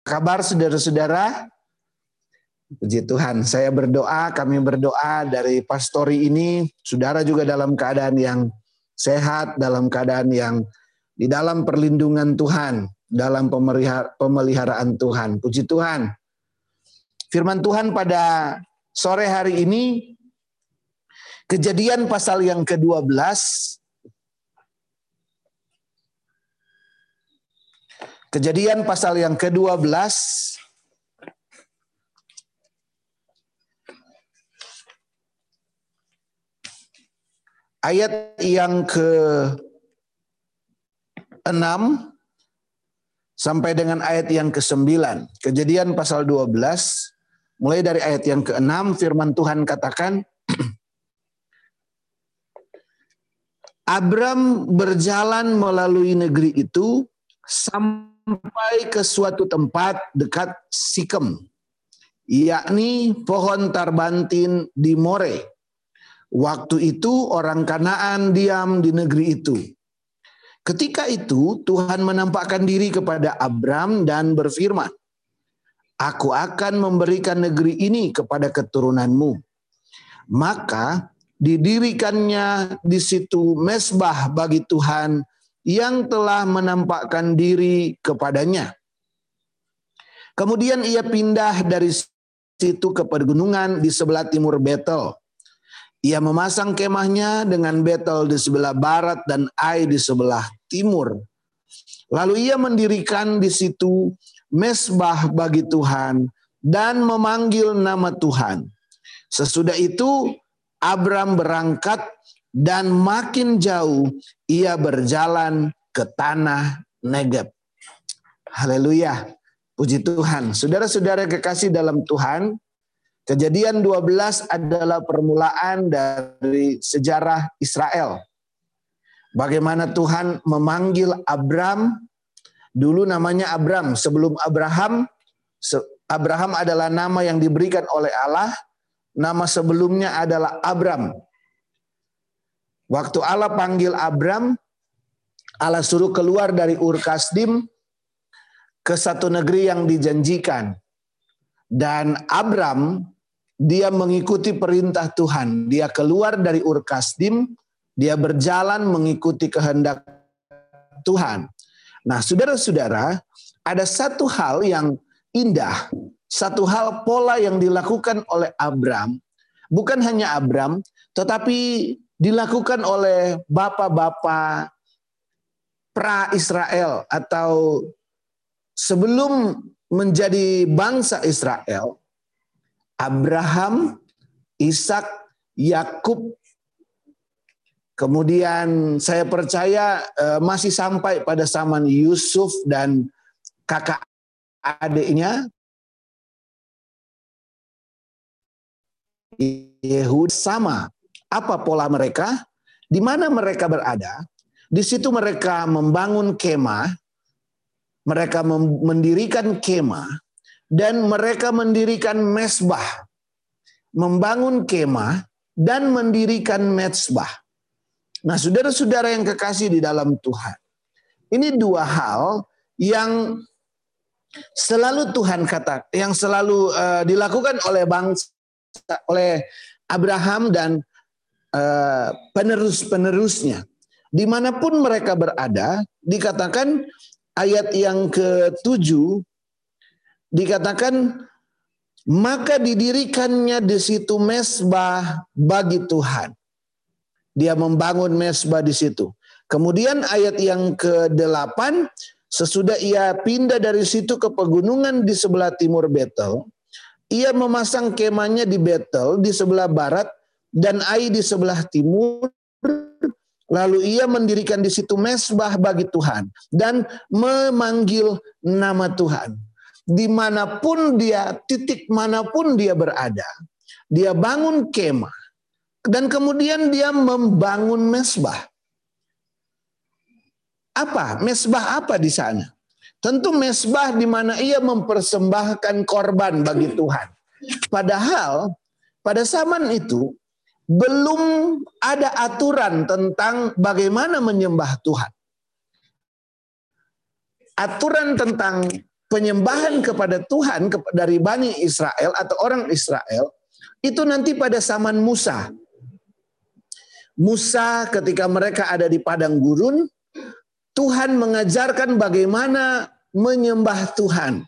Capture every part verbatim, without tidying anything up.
Kabar saudara-saudara? Puji Tuhan, saya berdoa, kami berdoa dari pastori ini, saudara juga dalam keadaan yang sehat, dalam keadaan yang di dalam perlindungan Tuhan, dalam pemeliharaan Tuhan. Puji Tuhan. Firman Tuhan pada sore hari ini, Kejadian pasal yang kedua belas, Kejadian pasal yang kedua belas, ayat yang ke enam sampai dengan ayat yang ke sembilan. Kejadian pasal dua belas, mulai dari ayat yang ke enam, firman Tuhan katakan, Abram berjalan melalui negeri itu sampai ke suatu tempat dekat Sikem, yakni pohon tarbantin di More. Waktu itu orang Kanaan diam di negeri itu. Ketika itu Tuhan menampakkan diri kepada Abram dan berfirman, Aku akan memberikan negeri ini kepada keturunanmu. Maka didirikannya di situ mezbah bagi Tuhan yang telah menampakkan diri kepadanya. Kemudian ia pindah dari situ ke pegunungan di sebelah timur Betel. Ia memasang kemahnya dengan Betel di sebelah barat dan Ai di sebelah timur. Lalu ia mendirikan di situ mezbah bagi Tuhan dan memanggil nama Tuhan. Sesudah itu Abram berangkat dan makin jauh ia berjalan ke tanah Negeb. Haleluya. Puji Tuhan. Saudara-saudara kekasih dalam Tuhan, Kejadian dua belas adalah permulaan dari sejarah Israel. Bagaimana Tuhan memanggil Abram, dulu namanya Abram, sebelum Abraham, Abraham adalah nama yang diberikan oleh Allah, nama sebelumnya adalah Abram. Waktu Allah panggil Abram, Allah suruh keluar dari Ur Kasdim ke satu negeri yang dijanjikan. Dan Abram, dia mengikuti perintah Tuhan. Dia keluar dari Ur Kasdim, dia berjalan mengikuti kehendak Tuhan. Nah, saudara-saudara, ada satu hal yang indah, satu hal pola yang dilakukan oleh Abram, bukan hanya Abram, tetapi dilakukan oleh bapak-bapak pra-Israel atau sebelum menjadi bangsa Israel. Abraham, Ishak, Yakub, kemudian saya percaya eh, masih sampai pada zaman Yusuf dan kakak adiknya Yehud. Sama. Apa pola mereka? Di mana mereka berada? Di situ mereka membangun kemah, mereka mendirikan kemah, dan mereka mendirikan mezbah. Membangun kemah dan mendirikan mezbah. Nah, saudara-saudara yang kekasih di dalam Tuhan, ini dua hal yang selalu Tuhan kata, yang selalu uh, dilakukan oleh bangsa, oleh Abraham dan uh, penerus-penerusnya. Dimanapun mereka berada, dikatakan ayat yang ketujuh, dikatakan maka didirikannya di situ mezbah bagi Tuhan. Dia membangun mezbah di situ. Kemudian ayat yang kedelapan, sesudah ia pindah dari situ ke pegunungan di sebelah timur Betel, ia memasang kemahnya di Betel di sebelah barat dan Ai di sebelah timur. Lalu ia mendirikan di situ mezbah bagi Tuhan dan memanggil nama Tuhan. Dimanapun dia, titik manapun dia berada, dia bangun kemah dan kemudian dia membangun mezbah. Apa? Mezbah apa di sana? Tentu mezbah di mana ia mempersembahkan korban bagi Tuhan. Padahal pada zaman itu belum ada aturan tentang bagaimana menyembah Tuhan. Aturan tentang penyembahan kepada Tuhan dari Bani Israel atau orang Israel itu nanti pada zaman Musa. Musa ketika mereka ada di padang gurun, Tuhan mengajarkan bagaimana menyembah Tuhan.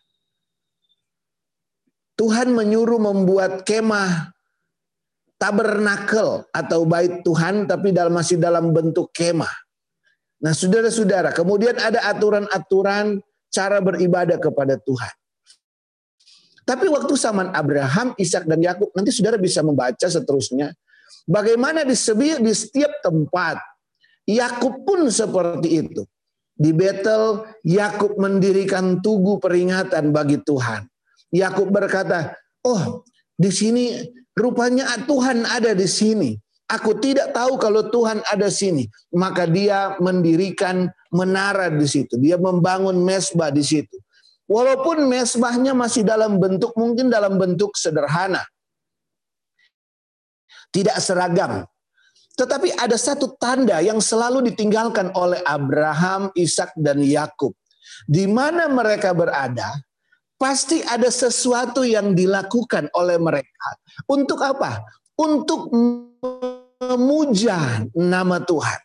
Tuhan menyuruh membuat kemah tabernakel atau bait Tuhan, tapi dalam masih dalam bentuk kemah. Nah, saudara-saudara, kemudian ada aturan-aturan cara beribadah kepada Tuhan. Tapi waktu zaman Abraham, Ishak dan Yakub, nanti saudara bisa membaca seterusnya. Bagaimana di setiap tempat, Yakub pun seperti itu. Di Betel, Yakub mendirikan tugu peringatan bagi Tuhan. Yakub berkata, oh di sini rupanya Tuhan ada di sini. Aku tidak tahu kalau Tuhan ada sini. Maka dia mendirikan menara di situ. Dia membangun mezbah di situ. Walaupun mezbahnya masih dalam bentuk, mungkin dalam bentuk sederhana. Tidak seragam. Tetapi ada satu tanda yang selalu ditinggalkan oleh Abraham, Ishak, dan Yakub. Di mana mereka berada, pasti ada sesuatu yang dilakukan oleh mereka. Untuk apa? Untuk memuja nama Tuhan.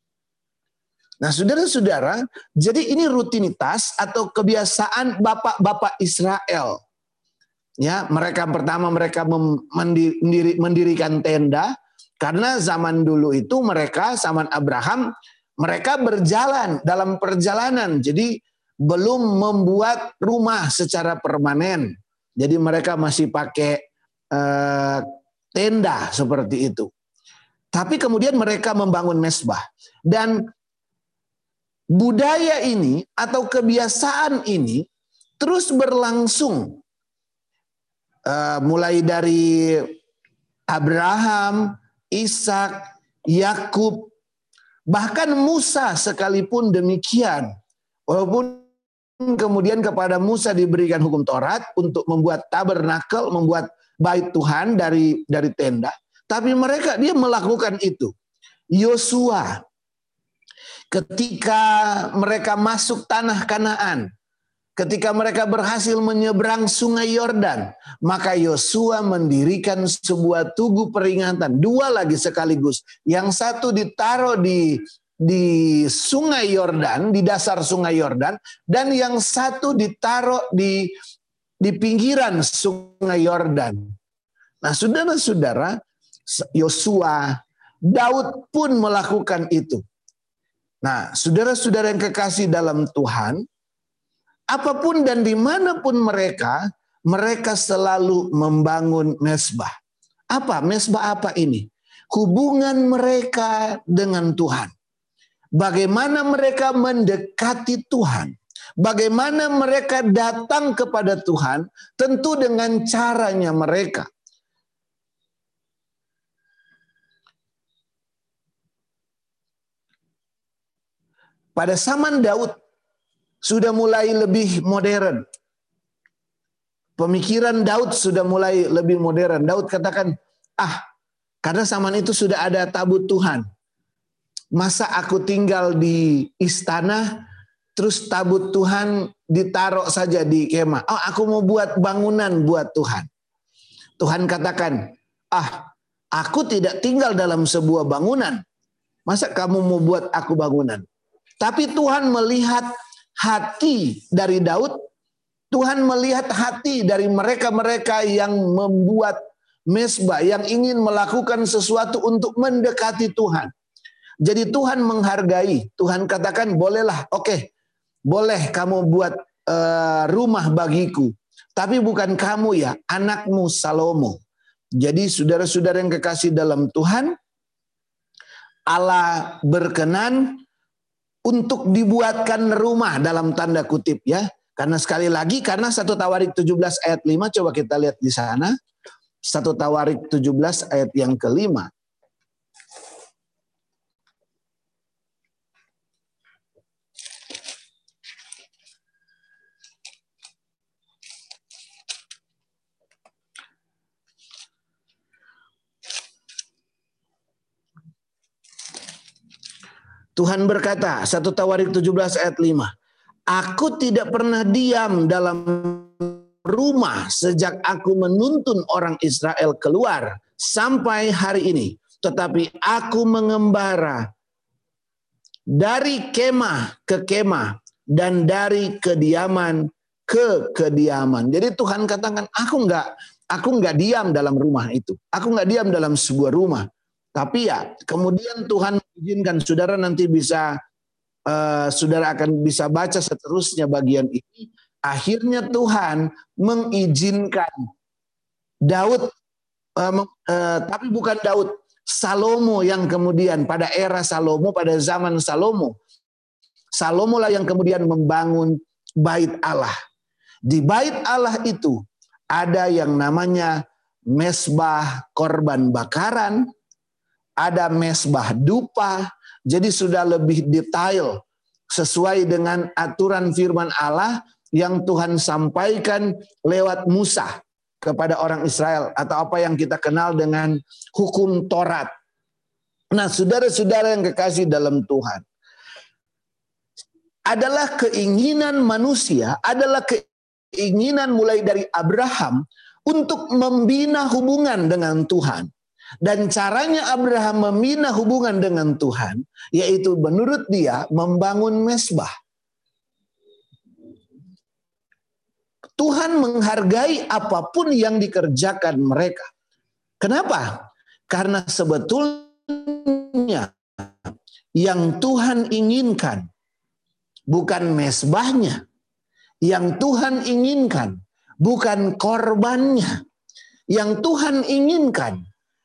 Nah, saudara-saudara, jadi ini rutinitas atau kebiasaan bapak-bapak Israel. Ya, mereka pertama mereka mendiri, mendirikan tenda karena zaman dulu itu mereka zaman Abraham mereka berjalan dalam perjalanan. Jadi belum membuat rumah secara permanen. Jadi mereka masih pakai eh, tenda seperti itu. Tapi kemudian mereka membangun mezbah. Dan budaya ini atau kebiasaan ini terus berlangsung. Uh, mulai dari Abraham, Ishak, Yakub, bahkan Musa sekalipun demikian. Walaupun kemudian kepada Musa diberikan hukum Taurat untuk membuat tabernakel, membuat bait Tuhan dari dari tenda, tapi mereka dia melakukan itu. Yosua ketika mereka masuk tanah Kanaan, ketika mereka berhasil menyeberang sungai Yordan, maka Yosua mendirikan sebuah tugu peringatan, dua lagi sekaligus. Yang satu ditaruh di di sungai Yordan, di dasar sungai Yordan, dan yang satu ditaruh di di pinggiran sungai Yordan. Nah, saudara-saudara, Yosua, Daud pun melakukan itu. Nah, saudara-saudara yang kekasih dalam Tuhan, apapun dan dimanapun mereka, mereka selalu membangun mezbah. Apa? Mezbah apa ini? Hubungan mereka dengan Tuhan. Bagaimana mereka mendekati Tuhan. Bagaimana mereka datang kepada Tuhan, tentu dengan caranya mereka. Pada zaman Daud, sudah mulai lebih modern. Pemikiran Daud sudah mulai lebih modern. Daud katakan, ah, karena zaman itu sudah ada tabut Tuhan. Masa aku tinggal di istana, terus tabut Tuhan ditaruh saja di kemah. Oh, aku mau buat bangunan buat Tuhan. Tuhan katakan, ah, aku tidak tinggal dalam sebuah bangunan. Masa kamu mau buat aku bangunan? Tapi Tuhan melihat hati dari Daud, Tuhan melihat hati dari mereka-mereka yang membuat mezbah, yang ingin melakukan sesuatu untuk mendekati Tuhan. Jadi Tuhan menghargai, Tuhan katakan bolehlah, oke, okay, boleh kamu buat uh, rumah bagiku, tapi bukan kamu ya, anakmu Salomo. Jadi saudara-saudara yang kekasih dalam Tuhan, Allah berkenan untuk dibuatkan rumah dalam tanda kutip ya. Karena sekali lagi, karena satu Tawarik tujuh belas ayat lima, coba kita lihat di sana. satu Tawarik tujuh belas ayat yang kelima. Tuhan berkata, satu Tawarik tujuh belas ayat lima. Aku tidak pernah diam dalam rumah sejak aku menuntun orang Israel keluar sampai hari ini. Tetapi aku mengembara dari kemah ke kemah dan dari kediaman ke kediaman. Jadi Tuhan katakan, aku enggak, aku enggak diam dalam rumah itu. Aku enggak diam dalam sebuah rumah. Tapi ya, kemudian Tuhan mengizinkan, saudara nanti bisa Uh, saudara akan bisa baca seterusnya bagian ini. Akhirnya Tuhan mengizinkan Daud, uh, uh, tapi bukan Daud, Salomo yang kemudian pada era Salomo, pada zaman Salomo, Salomo lah yang kemudian membangun bait Allah. Di bait Allah itu ada yang namanya mesbah korban bakaran, ada mesbah dupa. Jadi sudah lebih detail sesuai dengan aturan firman Allah yang Tuhan sampaikan lewat Musa kepada orang Israel, atau apa yang kita kenal dengan hukum Taurat. Nah, saudara-saudara yang kekasih dalam Tuhan, adalah keinginan manusia, adalah keinginan mulai dari Abraham untuk membina hubungan dengan Tuhan. Dan caranya Abraham membina hubungan dengan Tuhan, yaitu menurut dia membangun mesbah. Tuhan menghargai apapun yang dikerjakan mereka. Kenapa? Karena sebetulnya yang Tuhan inginkan bukan mesbahnya. Yang Tuhan inginkan bukan korbannya. Yang Tuhan inginkan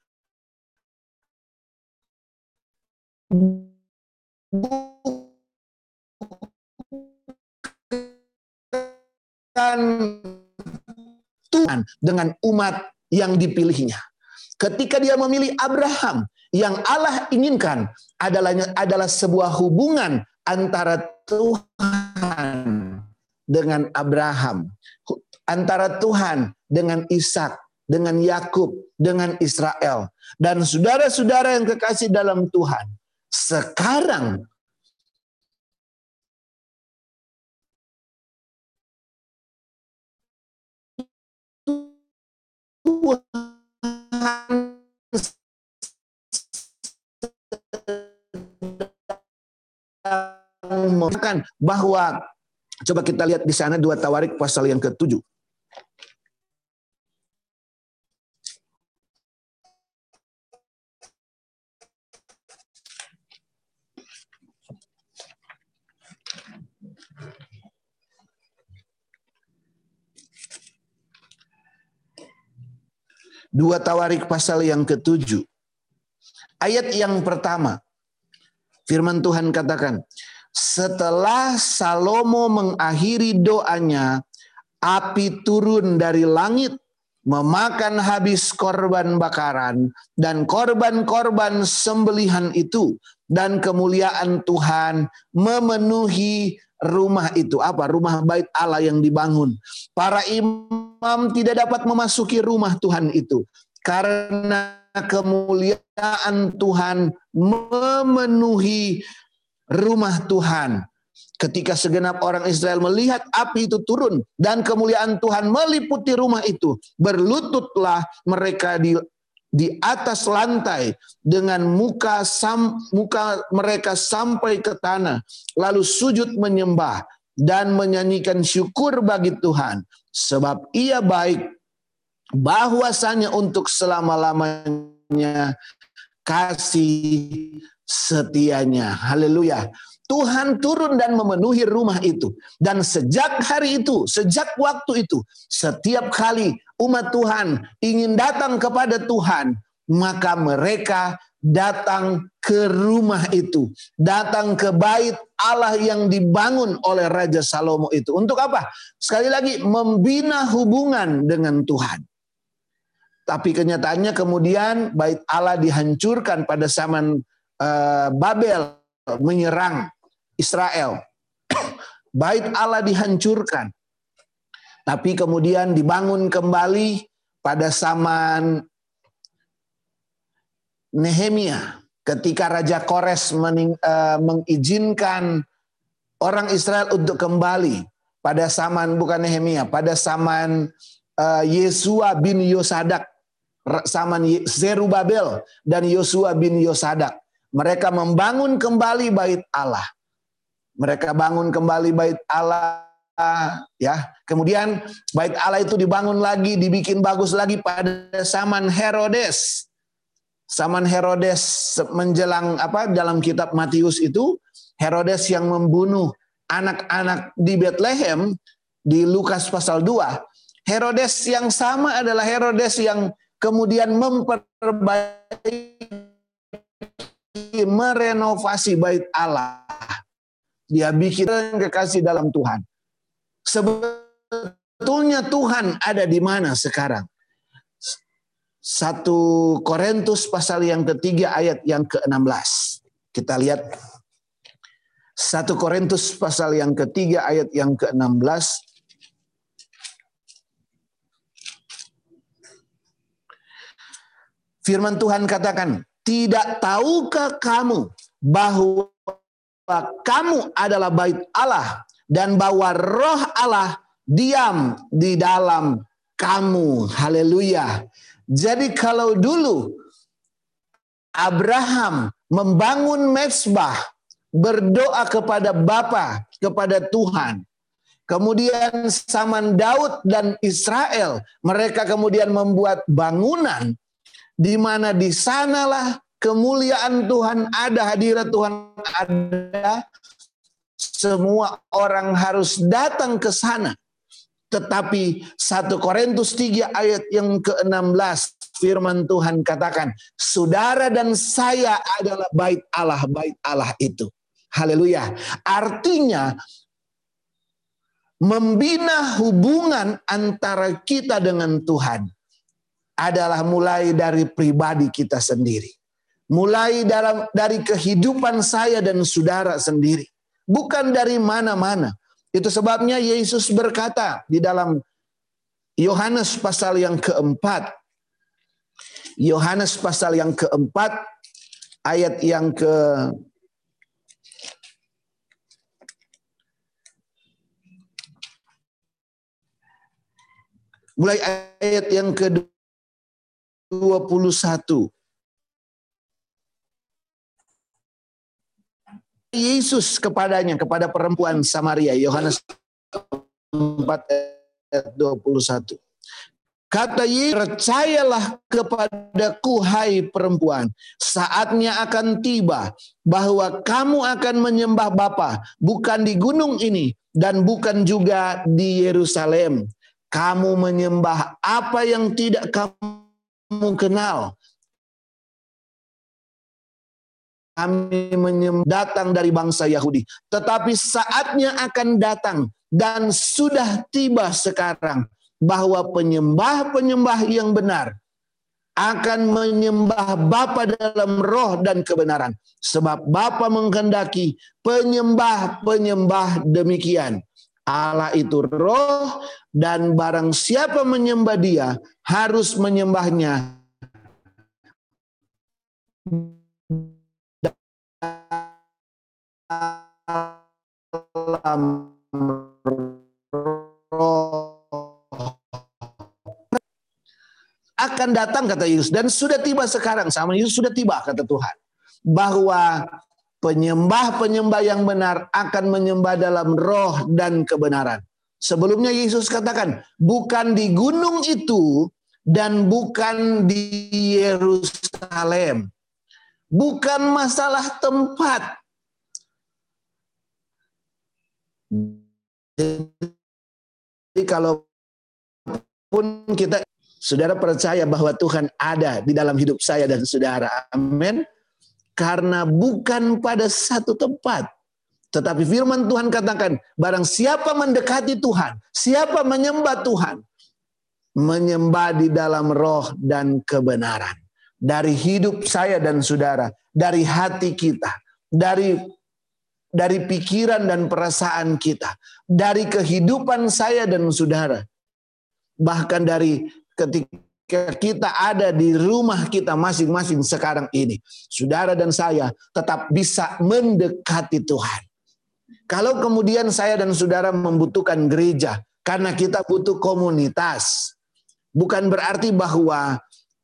bukan Tuhan dengan umat yang dipilihnya. Ketika dia memilih Abraham, yang Allah inginkan adalah adalah sebuah hubungan antara Tuhan dengan Abraham, antara Tuhan dengan Ishak, dengan Yakub, dengan Israel. Dan saudara-saudara yang kekasih dalam Tuhan, sekarang Tuhan mengatakan bahwa, coba kita lihat di sana dua Tawarik pasal yang ketujuh. Dua Tawarik pasal yang ketujuh. Ayat yang pertama. Firman Tuhan katakan, setelah Salomo mengakhiri doanya, api turun dari langit, memakan habis korban bakaran dan korban-korban sembelihan itu, dan kemuliaan Tuhan memenuhi rumah itu. Apa? Rumah bait Allah yang dibangun. Para imam tidak dapat memasuki rumah Tuhan itu karena kemuliaan Tuhan memenuhi rumah Tuhan. Ketika segenap orang Israel melihat api itu turun dan kemuliaan Tuhan meliputi rumah itu, berlututlah mereka di di atas lantai dengan muka sam, muka mereka sampai ke tanah, lalu sujud menyembah dan menyanyikan syukur bagi Tuhan, sebab Ia baik, bahwasanya untuk selama-lamanya kasih setianya. Haleluya. Tuhan turun dan memenuhi rumah itu. Dan sejak hari itu, sejak waktu itu, setiap kali umat Tuhan ingin datang kepada Tuhan, maka mereka datang ke rumah itu. Datang ke bait Allah yang dibangun oleh Raja Salomo itu. Untuk apa? Sekali lagi, membina hubungan dengan Tuhan. Tapi kenyataannya kemudian bait Allah dihancurkan pada zaman uh, Babel menyerang Israel. Bait Allah dihancurkan. Tapi kemudian dibangun kembali pada zaman Nehemia. Ketika Raja Kores mening, uh, mengizinkan orang Israel untuk kembali pada zaman, bukan Nehemia, pada zaman uh, Yesua bin Yosadak, zaman Zerubabel dan Yosua bin Yosadak. Mereka membangun kembali bait Allah. Mereka bangun kembali bait Allah, ya. Kemudian bait Allah itu dibangun lagi, dibikin bagus lagi pada zaman Herodes. Zaman Herodes menjelang apa dalam kitab Matius itu, Herodes yang membunuh anak-anak di Bethlehem di Lukas pasal dua. Herodes yang sama adalah Herodes yang kemudian memperbaiki, merenovasi bait Allah. Dia bikin kekasih dalam Tuhan. Sebetulnya Tuhan ada di mana sekarang? satu Korintus pasal yang ketiga ayat yang keenam belas. Kita lihat satu Korintus pasal yang ketiga ayat yang keenam belas. Firman Tuhan katakan, "Tidak tahukah kamu bahwa kamu adalah bait Allah dan bahwa Roh Allah diam di dalam kamu." Haleluya. Jadi kalau dulu Abraham membangun mezbah, berdoa kepada Bapa, kepada Tuhan. Kemudian zaman Daud dan Israel, mereka kemudian membuat bangunan di mana di sanalah kemuliaan Tuhan ada, hadirat Tuhan ada. Semua orang harus datang ke sana. Tetapi satu Korintus tiga ayat yang keenam belas firman Tuhan katakan, saudara dan saya adalah bait Allah, bait Allah itu. Haleluya. Artinya membina hubungan antara kita dengan Tuhan adalah mulai dari pribadi kita sendiri. Mulai dalam dari kehidupan saya dan saudara sendiri. Bukan dari mana-mana. Itu sebabnya Yesus berkata di dalam Yohanes pasal yang keempat. Yohanes pasal yang keempat ayat yang ke mulai ayat yang ke dua puluh satu. Yesus kepadanya, kepada perempuan Samaria, Yohanes empat ayat dua puluh satu. Kata Yesus, percayalah kepadaku hai perempuan, saatnya akan tiba bahwa kamu akan menyembah Bapa, bukan di gunung ini dan bukan juga di Yerusalem. Kamu menyembah apa yang tidak kamu kenal. Kami menyembah datang dari bangsa Yahudi. Tetapi saatnya akan datang dan sudah tiba sekarang bahwa penyembah-penyembah yang benar akan menyembah Bapa dalam roh dan kebenaran. Sebab Bapa menghendaki penyembah-penyembah demikian. Allah itu roh dan barang siapa menyembah Dia harus menyembahnya dalam roh. Akan datang kata Yesus dan sudah tiba sekarang, sama Yesus sudah tiba kata Tuhan, bahwa penyembah-penyembah yang benar akan menyembah dalam roh dan kebenaran. Sebelumnya Yesus katakan, bukan di gunung itu dan bukan di Yerusalem. Bukan masalah tempat. Jadi kalau pun kita, saudara percaya bahwa Tuhan ada di dalam hidup saya dan saudara. Amin. Karena bukan pada satu tempat. Tetapi firman Tuhan katakan, barang siapa mendekati Tuhan, siapa menyembah Tuhan, menyembah di dalam roh dan kebenaran. Dari hidup saya dan saudara, dari hati kita, dari dari pikiran dan perasaan kita, dari kehidupan saya dan saudara, bahkan dari ketika kita ada di rumah kita masing-masing sekarang ini, saudara dan saya tetap bisa mendekati Tuhan. Kalau kemudian saya dan saudara membutuhkan gereja, karena kita butuh komunitas, bukan berarti bahwa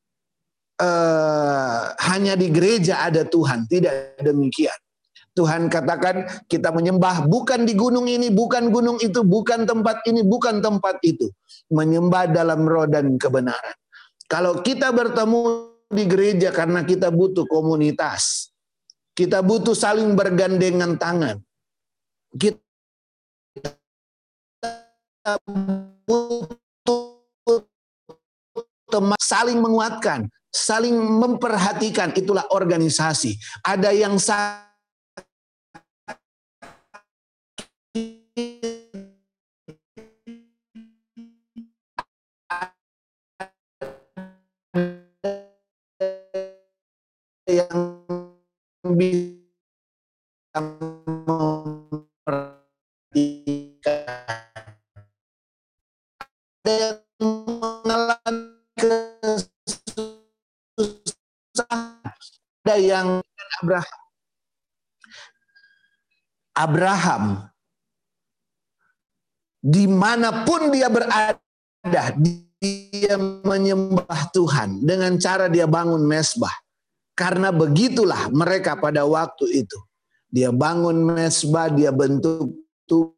eh, hanya di gereja ada Tuhan. Tidak demikian. Tuhan katakan kita menyembah bukan di gunung ini, bukan gunung itu, bukan tempat ini, bukan tempat itu. Menyembah dalam roh dan kebenaran. Kalau kita bertemu di gereja karena kita butuh komunitas, kita butuh saling bergandengan tangan, kita butuh teman, saling menguatkan, saling memperhatikan, itulah organisasi. Ada yang sakit, yang bisa memperhatikan, ada yang mengalami kesusahan, ada yang Abraham. Abraham dimanapun dia berada, dia menyembah Tuhan dengan cara dia bangun mezbah. Karena begitulah mereka pada waktu itu. Dia bangun mezbah, dia bentuk tubuh,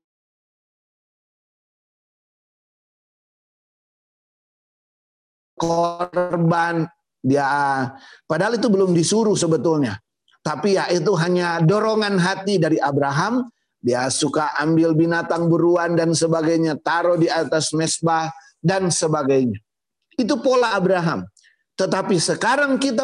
korban, dia padahal itu belum disuruh sebetulnya. Tapi ya itu hanya dorongan hati dari Abraham. Dia suka ambil binatang buruan dan sebagainya, taruh di atas mezbah dan sebagainya. Itu pola Abraham. Tetapi sekarang kita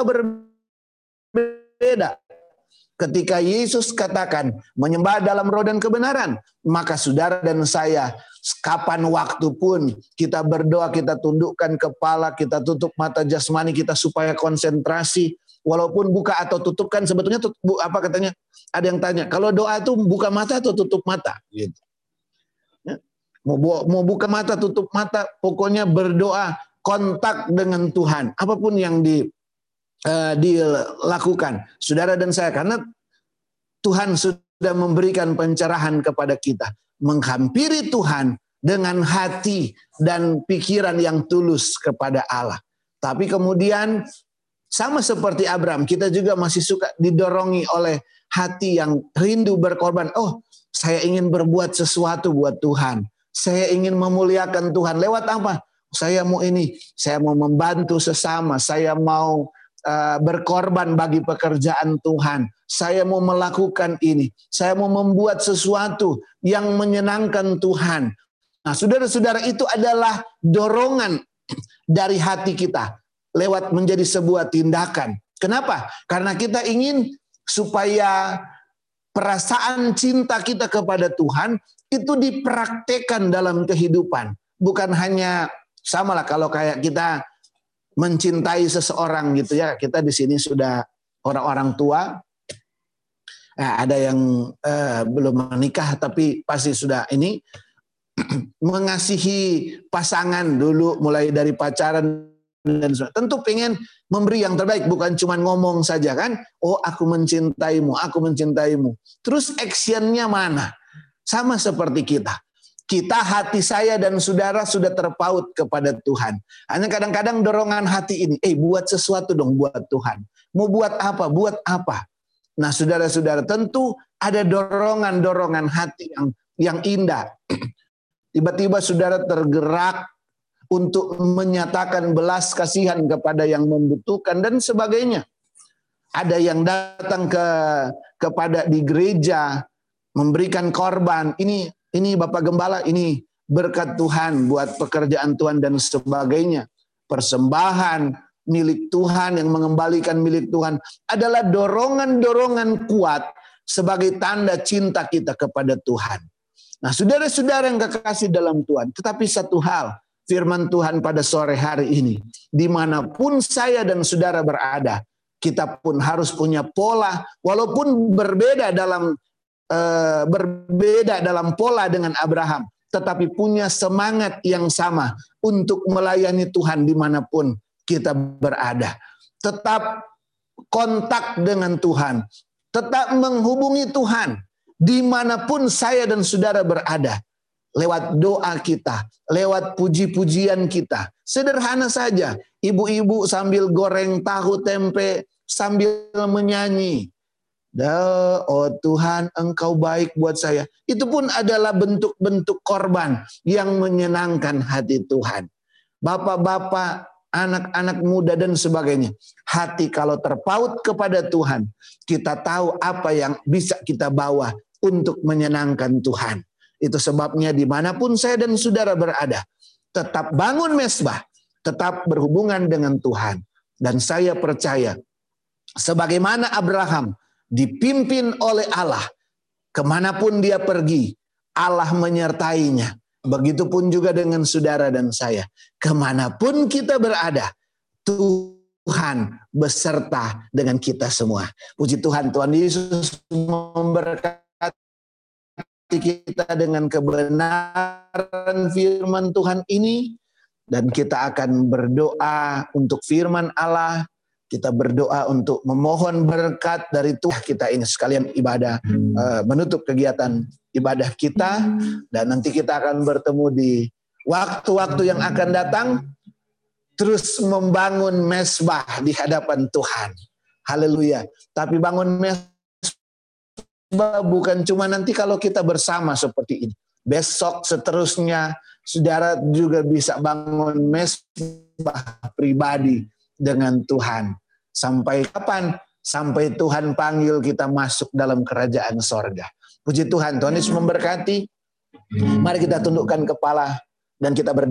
berbeda. Ketika Yesus katakan menyembah dalam roh dan kebenaran, maka saudara dan saya kapan waktu pun kita berdoa, kita tundukkan kepala, kita tutup mata jasmani kita supaya konsentrasi. Walaupun buka atau tutupkan, sebetulnya tutup, apa katanya? Ada yang tanya, kalau doa itu buka mata atau tutup mata? Gitu. Ya. Mau, mau buka mata, tutup mata, pokoknya berdoa, kontak dengan Tuhan. Apapun yang di, uh, dilakukan, saudara dan saya, karena Tuhan sudah memberikan pencerahan kepada kita. Menghampiri Tuhan dengan hati dan pikiran yang tulus kepada Allah. Tapi kemudian sama seperti Abraham, kita juga masih suka didorongi oleh hati yang rindu berkorban. Oh, saya ingin berbuat sesuatu buat Tuhan. Saya ingin memuliakan Tuhan. Lewat apa? Saya mau ini, saya mau membantu sesama. Saya mau uh, berkorban bagi pekerjaan Tuhan. Saya mau melakukan ini. Saya mau membuat sesuatu yang menyenangkan Tuhan. Nah, saudara-saudara, itu adalah dorongan dari hati kita. Lewat menjadi sebuah tindakan. Kenapa? Karena kita ingin supaya perasaan cinta kita kepada Tuhan itu dipraktekkan dalam kehidupan. Bukan hanya samalah kalau kayak kita mencintai seseorang gitu ya. Kita di sini sudah orang-orang tua. Nah, ada yang eh, belum menikah tapi pasti sudah ini mengasihi pasangan dulu mulai dari pacaran. Dan tentu pengen memberi yang terbaik, bukan cuma ngomong saja kan, oh aku mencintaimu, aku mencintaimu. Terus actionnya mana? Sama seperti kita. Kita, hati saya dan saudara sudah terpaut kepada Tuhan. Hanya kadang-kadang dorongan hati ini, eh buat sesuatu dong buat Tuhan. Mau buat apa? Buat apa? Nah saudara-saudara, tentu ada dorongan-dorongan hati yang, yang indah. Tiba-tiba saudara tergerak untuk menyatakan belas kasihan kepada yang membutuhkan dan sebagainya. Ada yang datang ke kepada di gereja memberikan korban. Ini ini Bapak Gembala, ini berkat Tuhan buat pekerjaan Tuhan dan sebagainya. Persembahan milik Tuhan yang mengembalikan milik Tuhan adalah dorongan-dorongan kuat sebagai tanda cinta kita kepada Tuhan. Nah, saudara-saudara yang kekasih dalam Tuhan, tetapi satu hal, firman Tuhan pada sore hari ini, dimanapun saya dan saudara berada, kita pun harus punya pola, walaupun berbeda dalam uh, berbeda dalam pola dengan Abraham, tetapi punya semangat yang sama untuk melayani Tuhan dimanapun kita berada. Tetap kontak dengan Tuhan, tetap menghubungi Tuhan, dimanapun saya dan saudara berada, lewat doa kita, lewat puji-pujian kita. Sederhana saja, ibu-ibu sambil goreng tahu tempe, sambil menyanyi. Oh Tuhan, Engkau baik buat saya. Itu pun adalah bentuk-bentuk korban yang menyenangkan hati Tuhan. Bapak-bapak, anak-anak muda dan sebagainya. Hati kalau terpaut kepada Tuhan, kita tahu apa yang bisa kita bawa untuk menyenangkan Tuhan. Itu sebabnya dimanapun saya dan saudara berada, tetap bangun mesbah, tetap berhubungan dengan Tuhan. Dan saya percaya, sebagaimana Abraham dipimpin oleh Allah, kemanapun dia pergi, Allah menyertainya. Begitupun juga dengan saudara dan saya. Kemanapun kita berada, Tuhan beserta dengan kita semua. Puji Tuhan, Tuhan Yesus memberkati kita dengan kebenaran firman Tuhan ini. Dan kita akan berdoa untuk firman Allah. Kita berdoa untuk memohon berkat dari Tuhan kita ini. Sekalian ibadah, uh, menutup kegiatan ibadah kita. Dan nanti kita akan bertemu di waktu-waktu yang akan datang. Terus membangun mesbah di hadapan Tuhan. Haleluya. Tapi bangun mesbah bukan cuma nanti kalau kita bersama seperti ini. Besok seterusnya saudara juga bisa bangun mesbah pribadi dengan Tuhan. Sampai kapan? Sampai Tuhan panggil kita masuk dalam kerajaan sorga. Puji Tuhan, Tuhan Yesus memberkati. Mari kita tundukkan kepala dan kita berdoa.